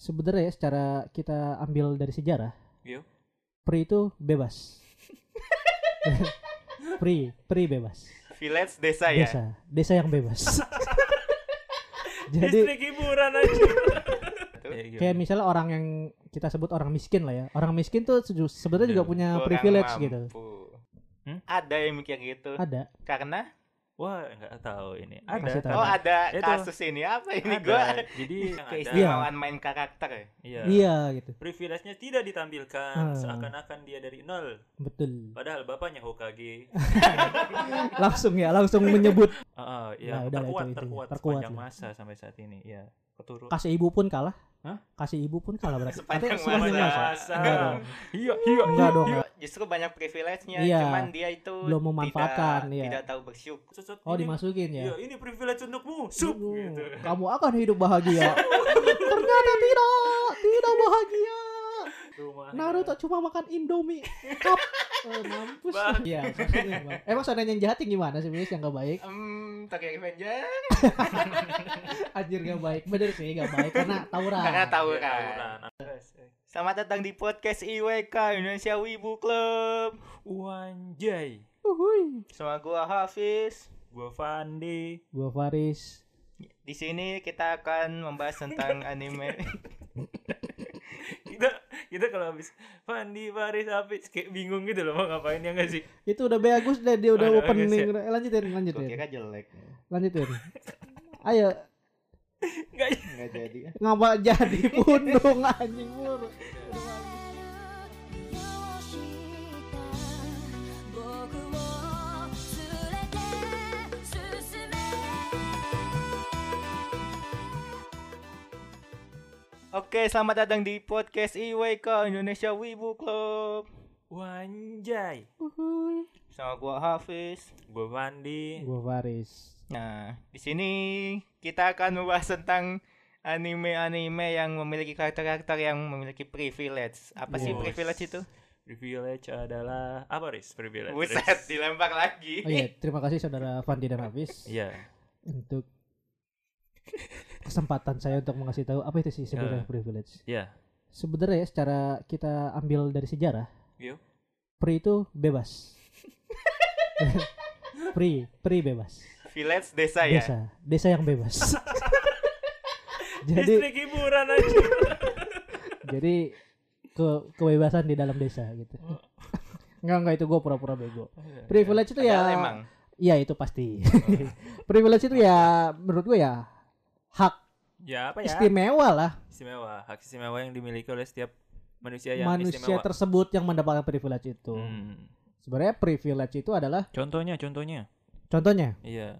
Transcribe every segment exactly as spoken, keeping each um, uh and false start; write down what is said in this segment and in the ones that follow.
Sebenarnya ya, secara kita ambil dari sejarah, Yo. Pri itu bebas. Pri, Pri bebas. Village desa ya. Desa, desa yang bebas. Jadi Distrik hiburan aja. kayak misalnya orang yang kita sebut orang miskin lah ya. Orang miskin tuh seju- sebenarnya juga punya Orang privilege mampu. gitu. Hmm? Ada yang mikir gitu. Ada. Karena Wah, enggak tahu ini. Kasih Ada. tahu. oh ada Itu. kasus ini apa ini Ada. gua Jadi yang ada. keistimewaan main karakter ya. Iya. Iya gitu. Privilege-nya tidak ditampilkan Hmm. seakan-akan dia dari nol. Betul. Padahal bapaknya Hokage. Langsung ya, langsung menyebut Ah, yang Nah, udah lah, terkuat, itu- itu. terkuat, Terkuat sepanjang lah. masa sampai saat ini. Ya, keturun. kasih ibu pun kalah. Hah? Kasih ibu pun kalah berarti. Sepanjang Artinya sepanjang masa. masa. Enggak dong. Iya, iya. Enggak dong. enggak. Justru banyak privilege-nya, Iya. cuman dia itu Belum memanfaatkan, tidak, iya. tidak tahu bersyukur. Susut, Oh, ini- dimasukin ya. Iya, ini privilege untukmu. Sup Aduh, gitu. Kamu akan hidup bahagia. Ternyata tidak, tidak bahagia. Rumah. Naruto cuma makan Indomie cup. Eh, mampus. Bang. Iya, maksudnya, Bang. Emang soalnya yang jahat yang gimana sih, Bis? Yang gak baik? Hmm, Tokyo Revenger. Anjir gak baik. Bener sih gak baik karena tawuran. Karena tahu Iya, kan. tawuran. Selamat datang di podcast I W K Indonesia Wibu Club. Wanjay. Uhuy. Sama gua Hafiz. Gua Fandi. Gua Faris. Di sini kita akan membahas tentang anime. kita kita kalau habis Fandi Faris Hafiz kayak bingung gitu loh mau ngapain ya nggak sih? Itu udah bagus deh, dia udah Oh, udah opening. bagus ya. Udah- Lanjutin, Gua lanjutin. kira jelek. Lanjutin. Ayo, Nggak. Enggak jadi. ngapa jadi pundung anjing mulu. Oke, selamat datang di podcast I W K Indonesia Wibu Club. Wanjay. Uhuy. Sama gua Hafiz. Gua Fandi. Gua Faris. Nah, di sini kita akan membahas tentang anime-anime yang memiliki karakter-karakter yang memiliki privilege. Apa sih Yes. privilege itu? Privilege adalah apa, Riz? Privilege. Buset, Riz? dilempar lagi. Oh iya, terima kasih saudara Fandi dan Hafiz Iya. untuk kesempatan saya untuk mengasih tahu apa itu sih sebenarnya Ya. privilege. Iya. Sebenarnya ya, secara kita ambil dari sejarah, Yo. pri itu bebas. pri, pri bebas. Village desa ya. Desa, desa yang bebas. jadi Distrik hiburan aja. jadi ke kebebasan di dalam desa gitu. Enggak enggak itu gue pura-pura bego. Privilege itu Padahal ya emang. iya itu pasti. Privilege itu ya menurut gue ya hak Ya apa ya? istimewa lah Istimewa. Hak istimewa yang dimiliki oleh setiap manusia yang manusia istimewa. tersebut yang mendapatkan privilege itu. Hmm. Sebenarnya privilege itu adalah Contohnya, contohnya. contohnya. Iya.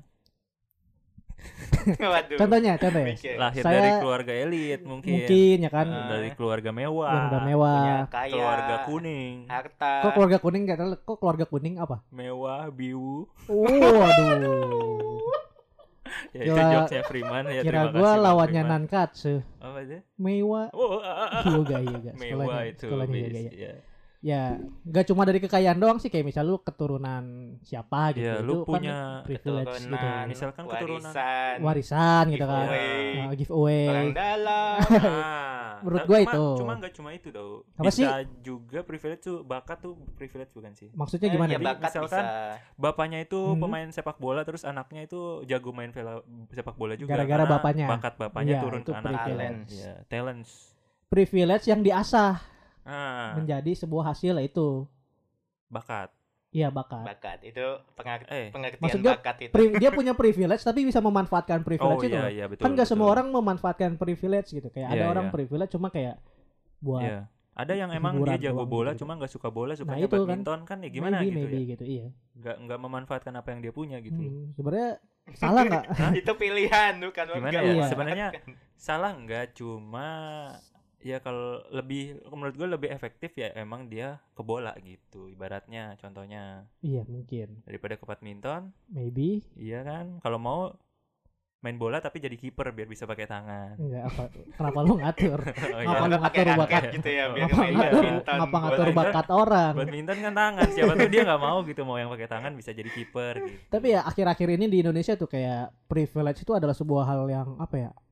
Waduh. Contohnya, contohnya. Mikir. Lahir Saya- dari keluarga elit mungkin. Mungkin ya kan Eh, dari keluarga mewah. yang udah mewah. Punya kaya, Keluarga kuning. harta. Kok keluarga kuning kata lu, kok keluarga kuning apa? Mewah, biu. Oh, aduh. Ya itu Kira- jokesnya Freeman ya. Kira terima gua kasih, Bang lawannya Freeman. Nankatsu. Apa itu? Mewah. Oh, ah, ah, ah. Yoga, yoga. Mewah Sekolahnya, itu. sekolahnya bis, yoga, ya. ya. Ya, nggak cuma dari kekayaan doang sih, kayak misal lu keturunan siapa gitu. Ya, itu lu kan punya privilege gitu. Keturunan, Misalkan keturunan. warisan, Warisan gitu kan. giveaway, Nah, giveaway. orang dalam. Nah, Menurut ta- gua cuma- itu. Cuma nggak cuma itu tau. Apa Bisa sih? juga privilege tuh bakat tuh privilege bukan sih? Maksudnya Eh, gimana? ya Jadi bakat misalkan bisa. Bapaknya itu Hmm. pemain sepak bola terus anaknya itu jago main vela, sepak bola juga. Gara-gara karena bapaknya. Bakat bapaknya Iya, turun itu ke anak. privilege. Iya, talents. Privilege yang diasah Ah, menjadi sebuah hasil itu. bakat. Iya, bakat. Bakat itu pengerti- Eh, pengertian maksudnya bakat itu. Pri- dia punya privilege tapi bisa memanfaatkan Oh privilege itu. iya loh. iya betul. Kan gak semua betul. orang memanfaatkan privilege gitu. Kayak ada Iya, orang iya. privilege cuma kayak buat Iya. Ada yang emang hiburan dia jago doang bola gitu. cuma nggak suka bola, Nah, sukanya itu kan. badminton kan, ya gimana maybe, gitu maybe ya. gitu, iya. Nggak nggak memanfaatkan apa yang dia punya gitu loh. Hmm, sebenarnya salah nggak? Itu pilihan bukan Gimana enggak ya? Iya. Sebenarnya salah nggak, cuma ya kalau lebih menurut gue lebih efektif ya emang dia ke bola gitu ibaratnya, contohnya Iya mungkin, daripada ke badminton. maybe. Iya kan, kalau mau main bola tapi jadi kiper biar bisa pakai tangan. Enggak apa? Kenapa lu ngatur? Oh, Ngapa iya. lu pakai ngatur raket bakat? gitu ya biar Ngapa main ngatur? badminton. Ngapa ngatur Bola. bakat orang? Badminton kan tangan, siapa tuh dia nggak mau gitu, mau yang pakai tangan bisa jadi kiper gitu. Tapi ya akhir-akhir ini di Indonesia tuh kayak privilege itu adalah sebuah hal yang apa ya?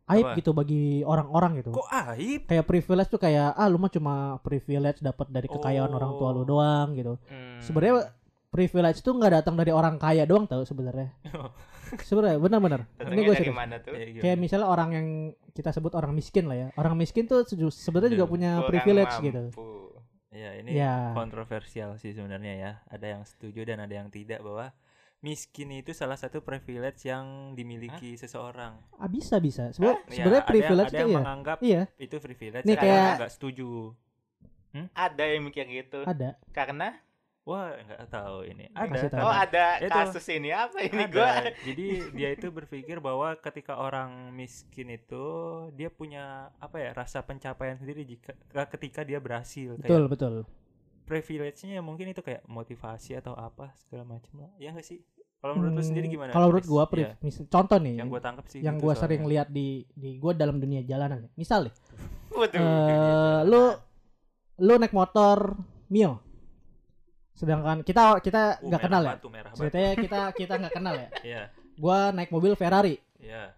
aib Apa? gitu bagi orang-orang gitu. Kok aib? Kayak privilege tuh kayak ah lu mah cuma privilege dapat dari kekayaan Oh. orang tua lu doang gitu. Hmm. Sebenarnya privilege tuh nggak datang dari orang kaya doang tau sebenarnya. Sebenarnya benar-benar. Ini Datangnya gue dari serius. mana tuh? Ya, gimana? Kayak misalnya orang yang kita sebut orang miskin lah ya. Orang miskin tuh seju- sebenarnya juga Aduh, punya Kurang privilege mampu. gitu. Ya, ini Ya. kontroversial sih sebenarnya ya. Ada yang setuju dan ada yang tidak bahwa miskin itu salah satu privilege yang dimiliki seseorang. Ah bisa bisa. Sebenarnya Ya, sebenarnya ada privilege yang, ada tuh yang iya. menganggap Iya, itu privilege, Nih, ada kayak- yang nggak setuju. Ada yang mikir gitu. ada. Karena Wah, nggak tahu ini. Kasih Ada. tahu. oh karena- ada Itu. kasus ini apa ini ada. gua? Jadi dia itu berpikir bahwa ketika orang miskin itu dia punya apa ya, rasa pencapaian sendiri jika ketika dia berhasil. Betul Kayak betul. privilege-nya mungkin itu kayak motivasi atau apa segala macam lah. Ya nggak sih? Kalau menurut lu Hmm, sendiri gimana? Kalau menurut Chris? gua Ya, priv- mis- contoh nih yang gua tangkap sih yang gitu gua soalnya. sering lihat di di gua dalam dunia jalanan ya. Misal nih, Waduh. eh lu lu naik motor Mio. Sedangkan kita kita Uh, nggak merah kenal ya. batu, merah batu. Ceritanya kita kita nggak kenal ya. Iya, Gua naik mobil Ferrari. iya.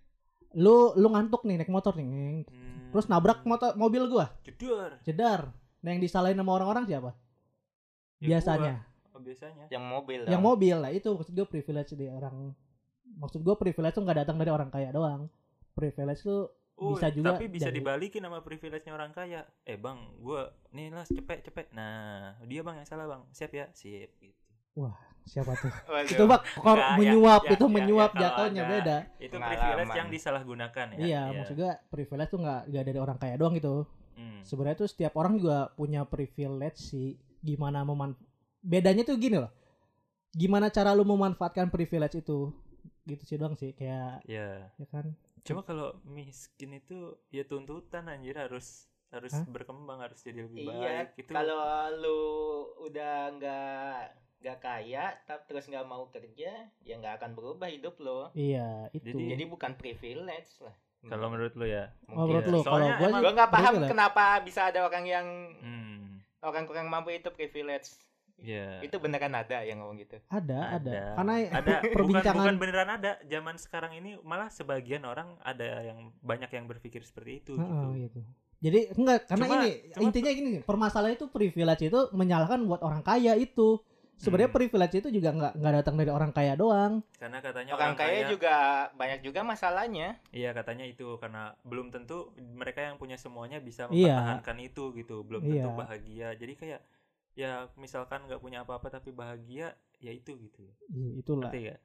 Lu lu ngantuk nih naik motor nih. Hmm, Terus nabrak motor mobil gua. jedor. Jedar. Nah yang disalahin sama orang-orang siapa? Ya, Biasanya. gua. Oh, biasanya. Yang mobil. Yang dong. mobil lah itu maksud gue privilege di orang. Maksud gue privilege tuh nggak datang dari orang kaya doang. Privilege tuh Oh, bisa juga tapi bisa dari- dibalikin sama privilege-nya orang kaya. Eh bang, gua nih lah cepet cepet. Nah, dia bang yang salah bang. Siap ya, siap gitu. siapa tuh? Waduh. Itu bak kok Enggak, ya, menyuap ya, itu ya, menyuap ya, kalau jatuhnya ada- beda. Itu Pengalaman. privilege yang disalahgunakan ya. Iya, maksud gue privilege tuh nggak nggak dari orang kaya doang gitu. Hmm. Sebenarnya tuh setiap orang juga punya privilege sih. Gimana meman bedanya tuh gini loh. Gimana cara lu memanfaatkan privilege itu? Gitu sih doang sih kayak Ya. ya kan. Cuma kalau miskin itu ya tuntutan anjir, harus harus Hah? berkembang, harus jadi lebih Iya, baik gitu. kalau lu udah nggak nggak kaya, tapi terus nggak mau kerja, ya nggak akan berubah hidup lo. Iya, itu. Jadi- Jadi bukan privilege lah. Kalau menurut lu ya. Oh, menurut Iya. lu kalau Soalnya gua emang- sih Gua nggak paham privilege. kenapa bisa ada orang yang Hmm. orang kurang mampu itu privilege. Iya. Itu beneran ada yang ngomong gitu. ada, ada. Karena ada bukan, perbincangan bukan beneran ada. Zaman sekarang ini malah sebagian orang ada yang banyak yang berpikir seperti itu Heeh, gitu. gitu. Jadi enggak karena Cuma- ini cuma- intinya gini nih, permasalahan itu privilege itu menyalahkan buat orang kaya itu. Sebenarnya Hmm. privilege itu juga nggak nggak datang dari orang kaya doang. Karena katanya Orang kaya juga banyak juga masalahnya. Iya, katanya itu karena belum tentu mereka yang punya semuanya bisa Iya. mempertahankan itu gitu. Belum tentu Iya. bahagia. Jadi kayak ya misalkan nggak punya apa-apa tapi bahagia, ya itu gitu. Iya, itulah. Ngerti gak?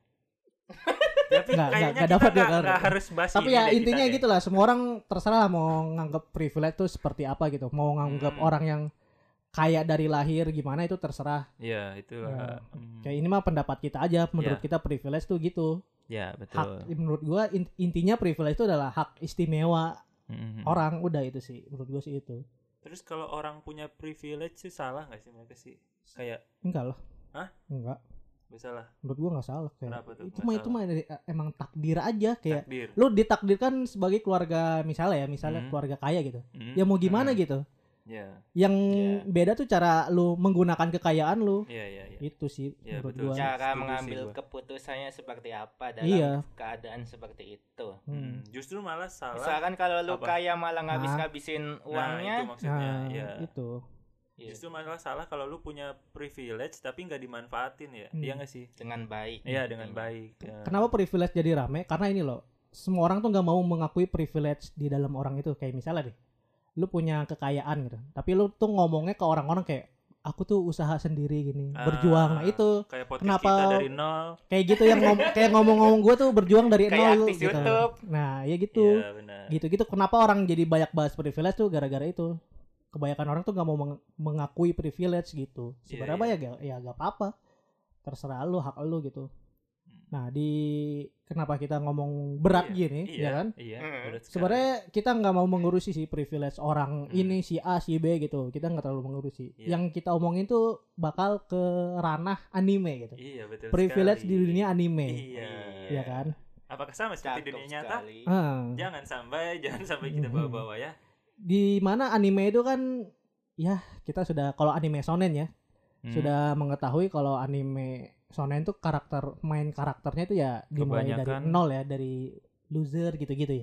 Tapi Nggak, kayaknya nggak kita dapat ya, nggak kan? nggak harus bahas Tapi ini ya deh kita intinya deh. gitu lah, semua orang terserah lah mau nganggap privilege itu seperti apa gitu. Mau nganggap Hmm. orang yang kaya dari lahir gimana itu terserah. Iya, itulah. Ya, Hmm. Kayak ini mah pendapat kita aja. Menurut Iya. kita privilege tuh gitu. Ya, Hak betul. menurut gua in- intinya privilege itu adalah hak istimewa Mhm. orang, udah itu sih. Menurut gua sih itu. Terus kalau orang punya privilege sih salah nggak sih mereka sih? Kayak Enggak lah. Hah? Enggak. nggak salah. Menurut gua nggak salah kayak Kenapa tuh itu nggak mah itu salah? mah dari, eh, emang takdir aja kayak Takdir. lu ditakdirkan sebagai keluarga misalnya ya misalnya Hmm. keluarga kaya gitu Hmm. ya mau gimana Hmm. gitu Ya, yang Iya. beda tuh cara lu menggunakan kekayaan lu iya, iya, iya. itu sih Iya, menurut betul. gua Setuju Cara sih mengambil gua. keputusannya seperti apa dalam Iya. keadaan seperti itu. Hmm. Hmm. Justru malah salah. Misalkan kalau lu Apa? kaya malah Nah, ngabis-ngabisin uangnya, itu maksudnya. nah Ya. itu iya, Justru malah salah kalau lu punya privilege tapi nggak dimanfaatin ya. Hmm. Iya nggak sih? dengan baik. Iya, dengan intinya. baik. Ya. kenapa privilege jadi rame karena ini loh semua orang tuh nggak mau mengakui privilege di dalam orang itu kayak misalnya deh lu punya kekayaan gitu tapi lu tuh ngomongnya ke orang-orang kayak aku tuh usaha sendiri gini Ah, berjuang nah itu Kayak podcast kenapa- kita dari nol. kayak gitu yang ngom kayak ngomong-ngomong gue tuh berjuang dari Kayak nol artis gitu. YouTube. Nah, ya gitu. Iya, benar. Gitu-gitu kenapa orang jadi banyak bahas privilege tuh gara-gara itu. Kebanyakan orang tuh nggak mau meng- mengakui privilege gitu. Sebenarnya Iya, banyak ya, ya gak apa-apa. Terserah lu, hak lu gitu. Nah, di kenapa kita ngomong berat Iya, gini, Iya, ya kan? Iya, Hmm. berat sekali. Sebenarnya kita nggak mau mengurusi sih privilege orang Hmm. ini si A si B gitu. Kita nggak terlalu mengurusi. Iya. Yang kita omongin tuh bakal ke ranah anime gitu. Iya, betul Privilege sekali. di dunia anime. Iya. Ya kan? Apakah sama seperti Cakep dunia nyata? sekali. Ah. Jangan sampai jangan sampai kita Hmm. bawa-bawa ya. Di mana anime itu kan ya kita sudah kalau anime shonen ya Hmm. sudah mengetahui kalau anime shonen tuh karakter main karakternya itu ya dimulai dari Kebanyakan- nol ya dari loser gitu-gitu ya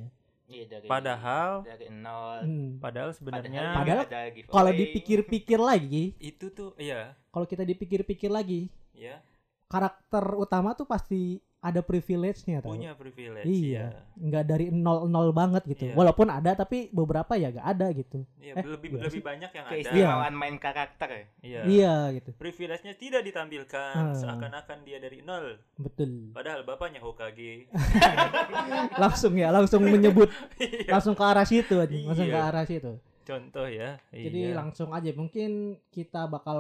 Iya, dari Padahal dari nol. Hmm. padahal sebenarnya Padahal ada giveaway. Kalau dipikir-pikir lagi, itu tuh iya, kalau kita dipikir-pikir lagi, ya karakter utama tuh pasti ada privilege-nya tau. punya privilege Iya. ya. Nggak dari nol nol banget gitu. Iya. Walaupun ada tapi beberapa ya nggak ada gitu. Iya, Eh, lebih gimana lebih sih? banyak yang ada. Keistimewaan main karakter ya. Iya. Iya gitu. Privilege-nya tidak ditampilkan Hmm. seakan-akan dia dari nol. Betul. Padahal bapaknya Hokage. Langsung ya, langsung menyebut Iya. langsung ke arah situ aja, langsung ke Iya. arah situ. Contoh ya. Jadi iya. langsung aja mungkin kita bakal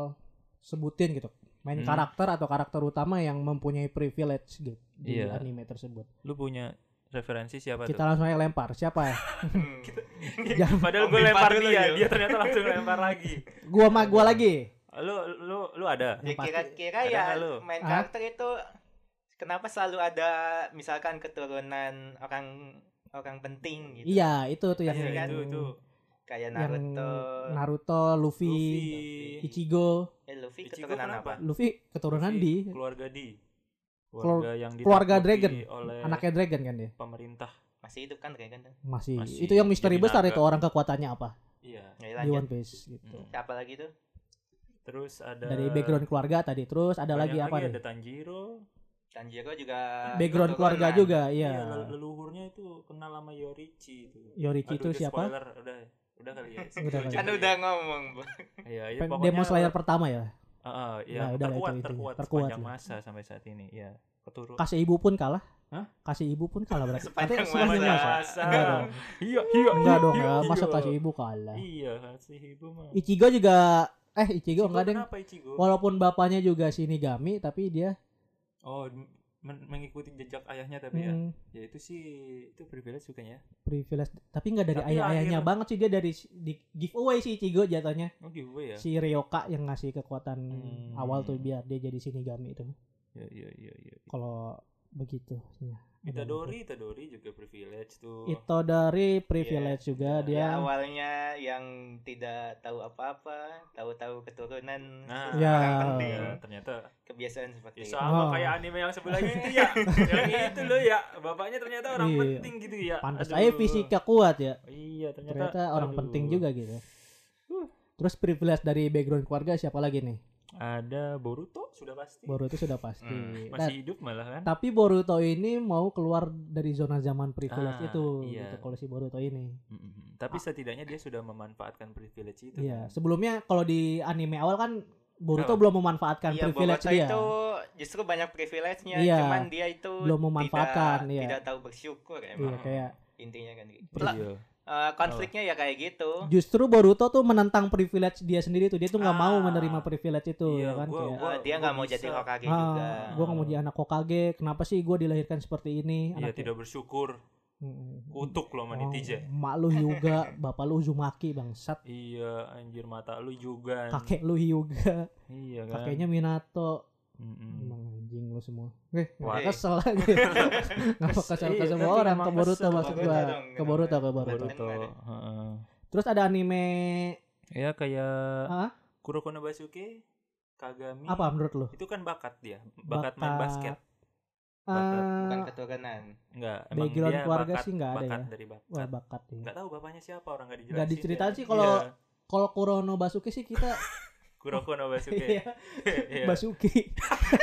sebutin gitu. Main Hmm. karakter atau karakter utama yang mempunyai privilege gitu di Iya. anime tersebut. Lu punya referensi siapa Kita tuh? langsung aja lempar. Siapa ya? Hmm. Jangan Padahal gue Lempar lempar dulu dia, ya. dia ternyata langsung lempar lagi. gua mah gua lagi. Lu lu lu ada? Ya Yang pasti- kira-kira ada ya nggak lu? main Hah? karakter itu kenapa selalu ada misalkan keturunan orang orang penting gitu. Iya, itu tuh yang Iya, itu itu. Kayak yang Naruto. Naruto, Luffy, Luffy. Ichigo. Eh Luffy Ichigo keturunan kenapa? apa? Luffy keturunan Luffy, di keluarga di Kelur- keluarga yang keluarga ditakuti Dragon. oleh Anaknya Dragon kan dia. pemerintah. Masih hidup kan Dragon tuh. Masih. Masih. Itu yang misteri Jadi besar naga. itu orang kekuatannya apa Iya. Ya, di lanjut. One Piece gitu. Mm. Apa lagi tuh? Terus ada Dari background keluarga tadi. Terus ada banyak lagi apa Ada nih? Tanjiro. Tanjiro juga Background keturunan. keluarga juga, Iya, iya. lel- leluhurnya itu kenal sama Yorichi itu. Yorichi itu Aduh, siapa? Spoiler, udah udah kali ya. Udah kali. Kan udah ngomong, Bu. Iya, iya Pen- pokoknya Demon Slayer pertama ya. Heeh, uh, ya Nah, udah lah, terkuat, itu intinya. terkuat, Terkuat sepanjang lah. masa sampai saat ini. Ya, keturun. Kasih ibu pun kalah. Hah? Kasih ibu pun kalah berarti. Sepanjang Katanya sepanjang masa. masa. Enggak dong. Iya, iya. Enggak dong iya, ya. Masa iya. kasih ibu kalah. Iya, kasih ibu mah. Ichigo juga eh Ichigo, Ichigo enggak deng. kenapa Ichigo? Walaupun bapaknya juga Shinigami tapi dia Oh, men- mengikuti jejak ayahnya tapi ya. mm, Ya itu sih itu privilege bukannya. privilege tapi enggak dari Tapi ayah-ayahnya akhir- banget sih, dia dari si- di giveaway si Ichigo jatuhnya. Oh, giveaway ya. Si Ryoka yang ngasih kekuatan Hmm. awal tuh biar dia jadi Shinigami itu. Ya, iya, iya, iya. Kalau begitu ya. Itadori, Itadori juga privilege tuh. Itu dari privilege juga Ya, dia. awalnya yang tidak tahu apa-apa, tahu-tahu keturunan Nah, Ya. orang penting. ya, ternyata Kebiasaan ya seperti itu. sama Oh. kayak anime yang sebelah itu ya. Yang itu loh ya, bapaknya ternyata orang Iya. penting gitu ya. Pantas Aduh. aja fisika kuat ya. Iya, ternyata, Ternyata orang aduh. penting juga gitu. Terus privilege dari background keluarga siapa lagi nih? Ada Boruto sudah pasti. Boruto sudah pasti. Hmm, Dan- Masih hidup malah kan. tapi Boruto ini mau keluar dari zona zaman privilege Ah, itu iya. gitu kalau si Boruto ini. Mm-mm. Tapi setidaknya dia sudah memanfaatkan privilege itu. Iya, kan. sebelumnya kalau di anime awal kan Boruto Oh. belum memanfaatkan Iya, privilege Boruto dia. itu justru banyak privilege-nya, Iya. cuman dia itu Belum memanfaatkan, tidak, iya. tidak tahu bersyukur Iya, emang. kayak Intinya kan gitu. Iya. Eh, konfliknya ya kayak gitu. justru Boruto tuh menentang privilege dia sendiri tuh. Dia tuh nggak Ah. mau menerima privilege itu Iya, ya kan gua- kayak gua- Eh, dia nggak mau bisa. jadi Hokage ah, juga. gue nggak mau jadi anak Hokage. Kenapa sih gue dilahirkan seperti ini? Iya, Anaknya- tidak bersyukur. Mm. Kutuk loh sama Oh, netizen. mak lu Hyuga, bapak lu Uzumaki bangsat, Iya, anjir mata lu juga. kakek lu Hyuga, Iya kan. kakeknya Minato. Mm-mm. Emang anjing lu semua. Eh, Wah. nggak kesel lagi. Ngapa kesel ke Iya, semua tapi orang emang ke Boruto kesel. maksud Boruto gua. dong, Ke Boruto, ke kenapa? Boruto. Boruto. Heeh. Terus ada anime Ya kayak Hah? Kuroko no Basuke, Kagami. apa menurut lu? Itu kan bakat dia, bakat, main basket. Bukan Eh, keturunan. Enggak, emang background dia keluarga bakat, sih nggak ada bakat ya. dari bakat. wah bakat ya. Enggak tahu bapaknya siapa, orang enggak dijelasin. Nggak diceritain ya. sih kalau- Iya. Kalau Kurono Basuke sih kita Kuroko no Basuke. iya, Iya. Basuki.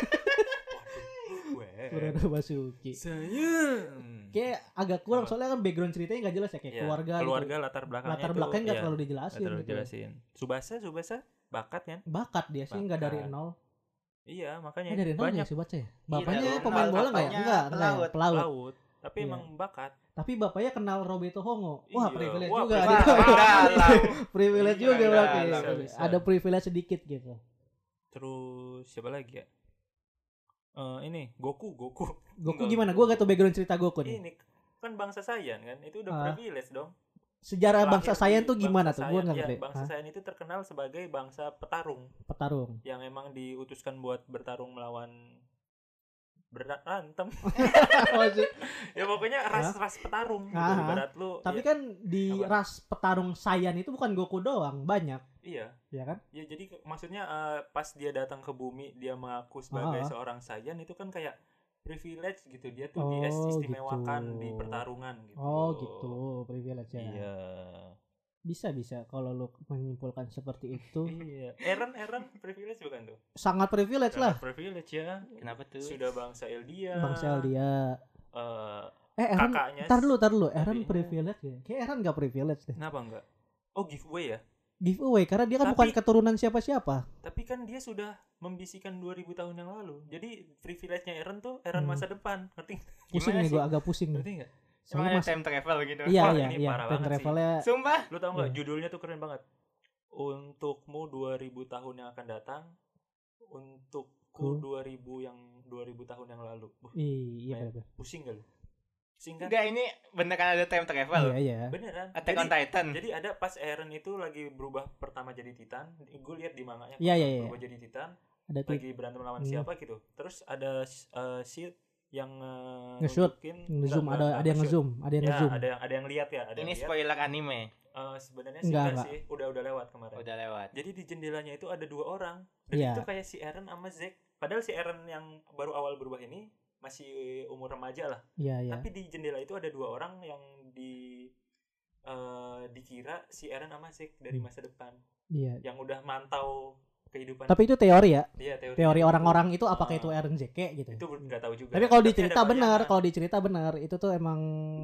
Weh. Kurono Basuki. Saya Kayak agak kurang Apa? soalnya kan background ceritanya nggak jelas ya kayak Iya, keluarga, keluarga gitu. latar belakangnya Latar itu, belakangnya nggak iya, terlalu nggak dijelasin terlalu gitu. dijelasin. Subasa, Subasa bakat kan? Bakat dia sih nggak dari Bakat. nol. Iya, makanya Eh dari nol banyak ya si Baca ya? Iya, Bapaknya dari pemain nol. bola nggak ya? Bapaknya Enggak, enggak ya? pelaut. Pelaut. pelaut, tapi Iya. emang bakat. Tapi bapaknya kenal Roberto Hongo. Wah, Iya. privilege Wah, juga. privilege. dia. Dalam. privilege Iya, juga iya, berarti. bisa, bisa. Ada privilege sedikit gitu. Terus siapa lagi ya? Eh ini Goku, Goku. Goku Enggak. gimana? Gua gak tau background cerita Goku nih. Ini kan bangsa Saiyan kan, itu udah Ah. privilege dong. Sejarah Lahir bangsa di Saiyan tuh bangsa gimana tuh? Gua Saiyan. nggak Ya, ngerti. bangsa Hah? Saiyan itu terkenal sebagai bangsa petarung Petarung. yang emang diutuskan buat bertarung melawan berantem. Oh, sih. Ya pokoknya ras-ras petarung gitu. Ah. Ibarat lu Tapi ya, kan di Apa? ras petarung Saiyan itu bukan Goku doang, banyak, iya. ya kan? Ya jadi ke- maksudnya eh, pas dia datang ke bumi dia mengaku sebagai Ah. seorang Saiyan itu kan kayak privilege gitu, dia tuh Oh, diistimewakan gitu. di pertarungan gitu. Oh gitu, privilege ya. Iya. Bisa bisa kalau lu menyimpulkan seperti itu. Iya. Aaron Aaron privilege bukan tuh? Sangat privilege lah. Sangat privilege ya. Kenapa tuh? Sudah bangsa Eldia. Bangsa dia. Eh, Eh Aaron, kakaknya tar dulu, tar dulu. adiknya. Aaron privilege ya. Kayak Aaron gak privilege deh. Kenapa enggak? Oh, giveaway ya. Giveaway karena dia kan Tapi- bukan keturunan siapa-siapa. Tapi kan dia sudah membisikkan dua ribu tahun yang lalu. Jadi privilege-nya Aaron tuh Aaron Hmm. masa depan. Ngerti? Pusing Gimana nih sih? gue agak pusing nih. Ngerti enggak? Emang Soalnya ada mas, time travel gitu? iya Wah, iya ini iya. parah Time banget sih. travelnya Sumpah? Lu tau nggak Iya. judulnya tuh keren banget. Untukmu dua ribu tahun yang akan datang, untukku Ku. dua ribu yang dua ribu tahun yang lalu. Buh, iya main- benar. pusing gak lu? Pusing kan? Enggak, ini beneran ada time travel. Iya iya. Beneran. Attack Jadi, on Titan. jadi ada pas Eren itu lagi berubah pertama jadi Titan, gue lihat di manganya Iya, iya, iya. berubah jadi Titan, Ada tuh lagi berantem lawan Hmm. siapa gitu. Terus ada uh, Shield yang uh, Nge-shoot, nunjukin- nge-zoom enggak, ada enggak, ada yang nge-shoot. nge-zoom, ada yang Ya, nge-zoom. ada yang ada yang lihat ya, ada Ini yang lihat. spoiler anime. Uh, sebenarnya sih Enggak, enggak, enggak. sih, udah udah lewat kemarin. Udah lewat. Jadi di jendelanya itu ada dua orang. Dan Iya. itu kayak si Eren sama Zack. Padahal si Eren yang baru awal berubah ini masih umur remaja lah. Iya iya. Tapi di jendela itu ada dua orang yang di eh, dikira si Eren sama Zack dari Hmm. masa depan. Iya. Yang udah mantau kehidupan. Tapi itu teori ya. Iya, teori, Teori orang-orang itu apakah Ah. itu Aaron Zeke gitu. itu nggak tahu juga. Tapi kalau ada dicerita benar, bayangan. kalau dicerita benar itu tuh emang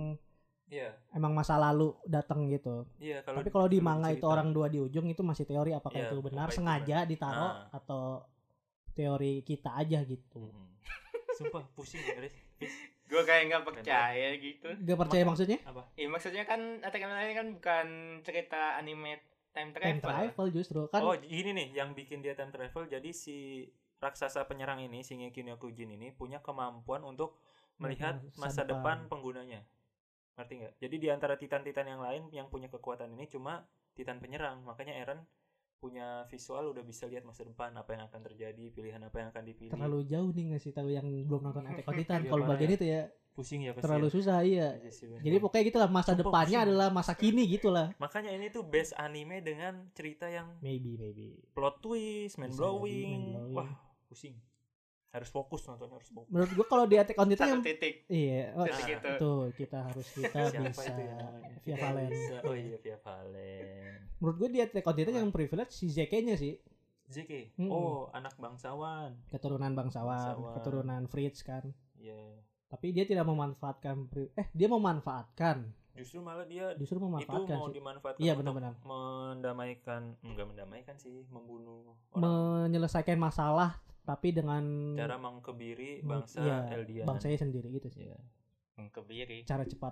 Iya, emang masa lalu datang gitu. iya kalau Tapi kalau di manga itu dicerita. orang dua di ujung itu masih teori apakah Iya, itu benar apa itu sengaja ditaruh Ah. atau teori kita aja gitu. Mm-mm. Sumpah pusing ya, Riz. Gue kayak nggak percaya gitu. Gak percaya maksudnya? Apa? Ya maksudnya kan Attack on Titan kan bukan cerita anime time Time travel. travel justru kan. Oh, gini nih yang bikin dia time travel. Jadi si raksasa penyerang ini, Shingeki no Kyojin ini punya kemampuan untuk melihat Masa masa depan. depan penggunanya. Ngerti nggak? Jadi di antara titan-titan yang lain yang punya kekuatan ini cuma titan penyerang. Makanya Eren punya visual udah bisa lihat masa depan, apa yang akan terjadi, pilihan apa yang akan dipilih. Terlalu jauh nih ngasih tahu yang belum nonton Attack on Titan. Iya, Kalau parah bagian ya. itu ya Pusing ya pasti. terlalu ya. susah iya. Iya sih, bener. Jadi pokoknya gitulah masa Sumpah depannya pusing. adalah masa kini gitulah. Makanya ini tuh best anime dengan cerita yang Maybe maybe. plot twist, mind Bisa blowing. jadi mind blowing. Wah, pusing. Harus fokus nonton, harus fokus. Menurut gua kalau di Attack on Titan Satu yang titik. iya, oh, Titik itu. tuh kita harus kita Siapa bisa itu ya namanya? Via Kita Valen. bisa. Oh iya, Via Valen. Menurut gua di Attack on Titan yang privilege si Zeke-nya sih, Zeke. Mm-mm. Oh, anak bangsawan. keturunan bangsawan, Bangsawan. keturunan Fritz kan. Iya. Tapi dia tidak memanfaatkan pri- eh dia memanfaatkan, Justru malah dia justru itu memanfaatkan mau sih. dimanfaatkan Iya, untuk benar-benar. mendamaikan, enggak mendamaikan sih, membunuh orang. Menyelesaikan masalah tapi dengan Cara mengkebiri Hmm, bangsa iya, Eldian. bangsanya sendiri gitu sih. Iya. Kebiri. Cara cepat.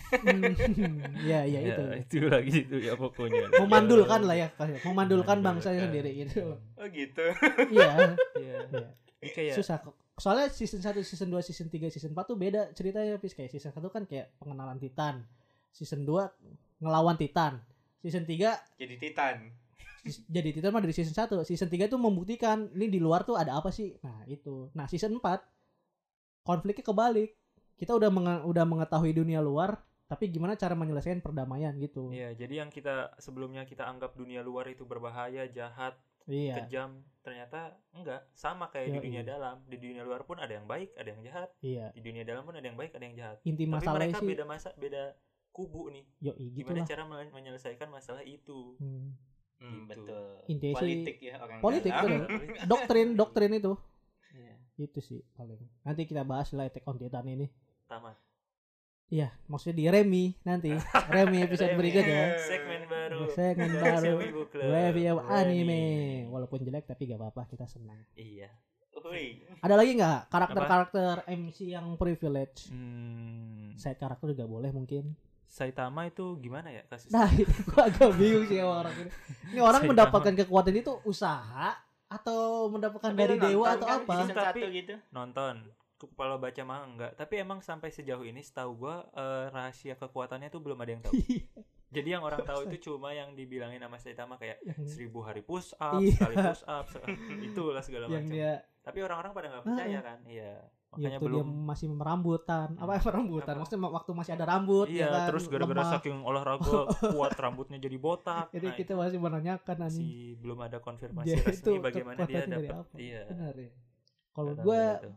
Hmm, Iya iya itu. itu lagi itu ya pokoknya. Memandulkan lah ya, memandulkan bangsanya Memandulkan. sendiri gitu. Oh gitu. Iya. Iya. Iya. Ini kayak Susah kok. Soalnya season satu, season dua, season tiga, season empat tuh beda ceritanya, Pis. Kayak season satu kan kayak pengenalan Titan. Season dua ngelawan Titan. Season tiga Jadi Titan. sis- jadi Titan mah dari season satu. Season tiga tuh membuktikan ini di luar tuh ada apa sih. Nah, itu. Nah, season empat konfliknya kebalik. Kita udah menge- udah mengetahui dunia luar, tapi gimana cara menyelesaikan perdamaian gitu. Iya, jadi yang kita sebelumnya kita anggap dunia luar itu berbahaya, jahat, Iya. kejam, ternyata enggak, sama kayak di Yoi. dunia dalam. Di dunia luar pun ada yang baik, ada yang jahat. Iya. Di dunia dalam pun ada yang baik, ada yang jahat. Inti Tapi masalahnya mereka sih beda masa, beda kubu nih. yoi gitu Gimana lah. cara men- menyelesaikan masalah itu? Hmm. Hmm, Gitu. betul. Intinya sih Politik ya orang politik, dalam. betul. doktrin, doktrin itu. Iya, Itu sih paling. Nanti kita bahas lah Attack on Titan ini. tamat. Iya, maksudnya di Remi nanti. Remi episode Remi. berikutnya. Segmen baru. Segmen Dari baru. Sewibu Club. Review Remi. anime. Walaupun jelek tapi gak apa-apa, kita senang. Iya. Wih. Ada lagi nggak karakter-karakter M C yang privilege? Hmm. Side karakter juga boleh mungkin. Saitama itu gimana ya kasusnya? Nah, itu gua agak bingung sih sama orang ini. Ini orang Saitama. mendapatkan kekuatan itu usaha atau mendapatkan Tapi dari lu dewa nonton atau kan apa? Season Tapi- satu gitu. Nonton. Kepala baca manga enggak. Tapi emang sampai sejauh ini setahu gua eh, rahasia kekuatannya tuh belum ada yang tahu. Jadi yang orang tahu itu cuma yang dibilangin sama Saitama kayak Yang- seribu hari push up, Iya. sekali push up, se- itulah segala yang macam. dia Tapi orang-orang pada nggak percaya kan? Iya. ya, Makanya waktu dia belum. masih merambutan. Apa Hmm. merambutan? Apa? Maksudnya waktu masih ada rambut Iya, ya kan, terus gara-gara lemah. saking olahraga kuat rambutnya jadi botak. Jadi Nah, kita itu masih menanyakan anjing. masih belum ada konfirmasi Dia itu resmi bagaimana dia kekuatannya dari dapat. apa? Iya. Benar ya. Kalau Nggak tahu gue gitu.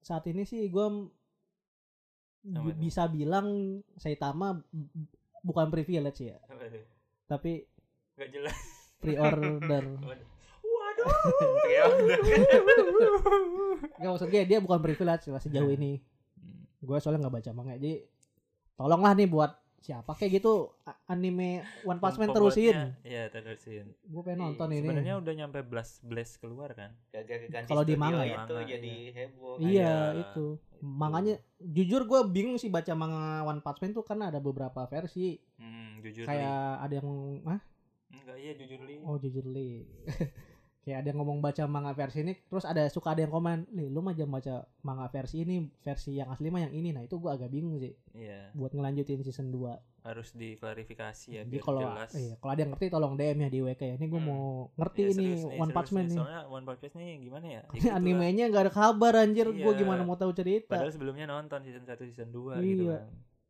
saat ini sih gue Apa tuh? bisa bilang Saitama b- bukan privilege ya, Apa tuh? tapi Gak jelas. pre-order. Waduh. Nggak, maksud gue dia bukan privilege lah sejauh Hmm. ini. Gue soalnya nggak baca manga, jadi tolonglah nih buat siapa kayak gitu a- anime One Punch Man terusin. Iya, terusin. Gue pengen nonton Ih, ini. Sebenarnya udah nyampe Blast Blast keluar kan? Gara-gara ganti Kalau di studio manga ya? itu Manga, jadi iya. heboh. Iya Iya, itu. itu. Manganya jujur gue bingung sih baca manga One Punch Man tuh karena ada beberapa versi. Hmm, jujur Kayak ada yang ah Li. Enggak, iya jujur Li. oh jujur li. Kayak ada yang ngomong baca manga versi ini, terus ada suka ada yang komen, "Li, lu mah jangan baca manga versi ini, versi yang asli mah yang ini." Nah, itu gue agak bingung sih Iya, buat ngelanjutin season dua. harus diklarifikasi ya Jadi biar kalau jelas. iya, kalau ada yang ngerti tolong D M ya di W K ya. Ini gue Hmm. mau ngerti Iya, ini serius nih, One serius Punch Man nih. Soalnya One Punch Man nih gimana ya? Ya gitu lah. Animenya nggak ada kabar anjir, gue Iya. gimana mau tahu cerita. Padahal sebelumnya nonton season satu season dua gitu Iya. kan.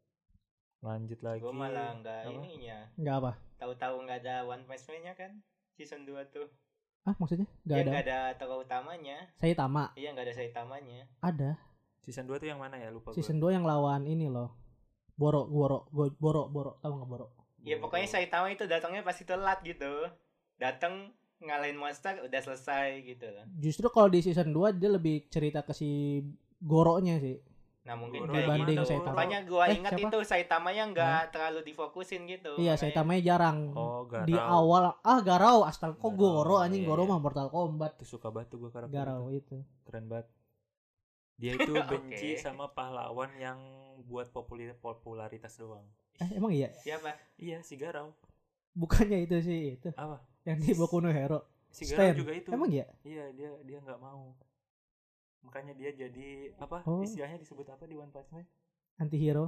Lanjut lagi. Gue malah nggak Apa? ininya. Nggak apa? Tahu-tahu nggak ada One Punch Man-nya kan season dua tuh. Ah maksudnya nggak Dia ada? nggak ada tokoh utamanya. Saitama Iya nggak ada Saitamanya. ada. Season dua tuh yang mana ya? Lupa Season dua yang lawan ini loh. Boro, Boro, Go- Boro, Boro, tahu nggak Boro? Ya pokoknya Saitama itu datangnya pasti telat gitu. Datang ngalahin monster udah selesai gitu. Justru kalau di season dua dia lebih cerita ke si Goronya sih. Nah mungkin Goro kayak dibanding gitu. Saitama. Makanya gua Eh, ingat siapa? itu Saitamanya nggak terlalu difokusin gitu. Iya, Makanya- Saitamanya jarang. Oh, Garau. Di awal ah Garau, astaga kok Garau, Goro anjing, iya, Goro iya. mah Mortal Kombat. Tuh suka banget tuh gue karakter Garau itu. itu. Keren banget. Dia itu benci Oke. sama pahlawan yang buat populi- popularitas doang. Eh emang iya? Siapa? Iya, si Garau. Bukannya itu sih itu Apa? yang di Boku no Hero. Si Garau Stan. juga itu. Emang iya? Iya, dia dia nggak mau. Makanya dia jadi apa? Oh. Istilahnya disebut apa di One Punch Man? Anti-hero.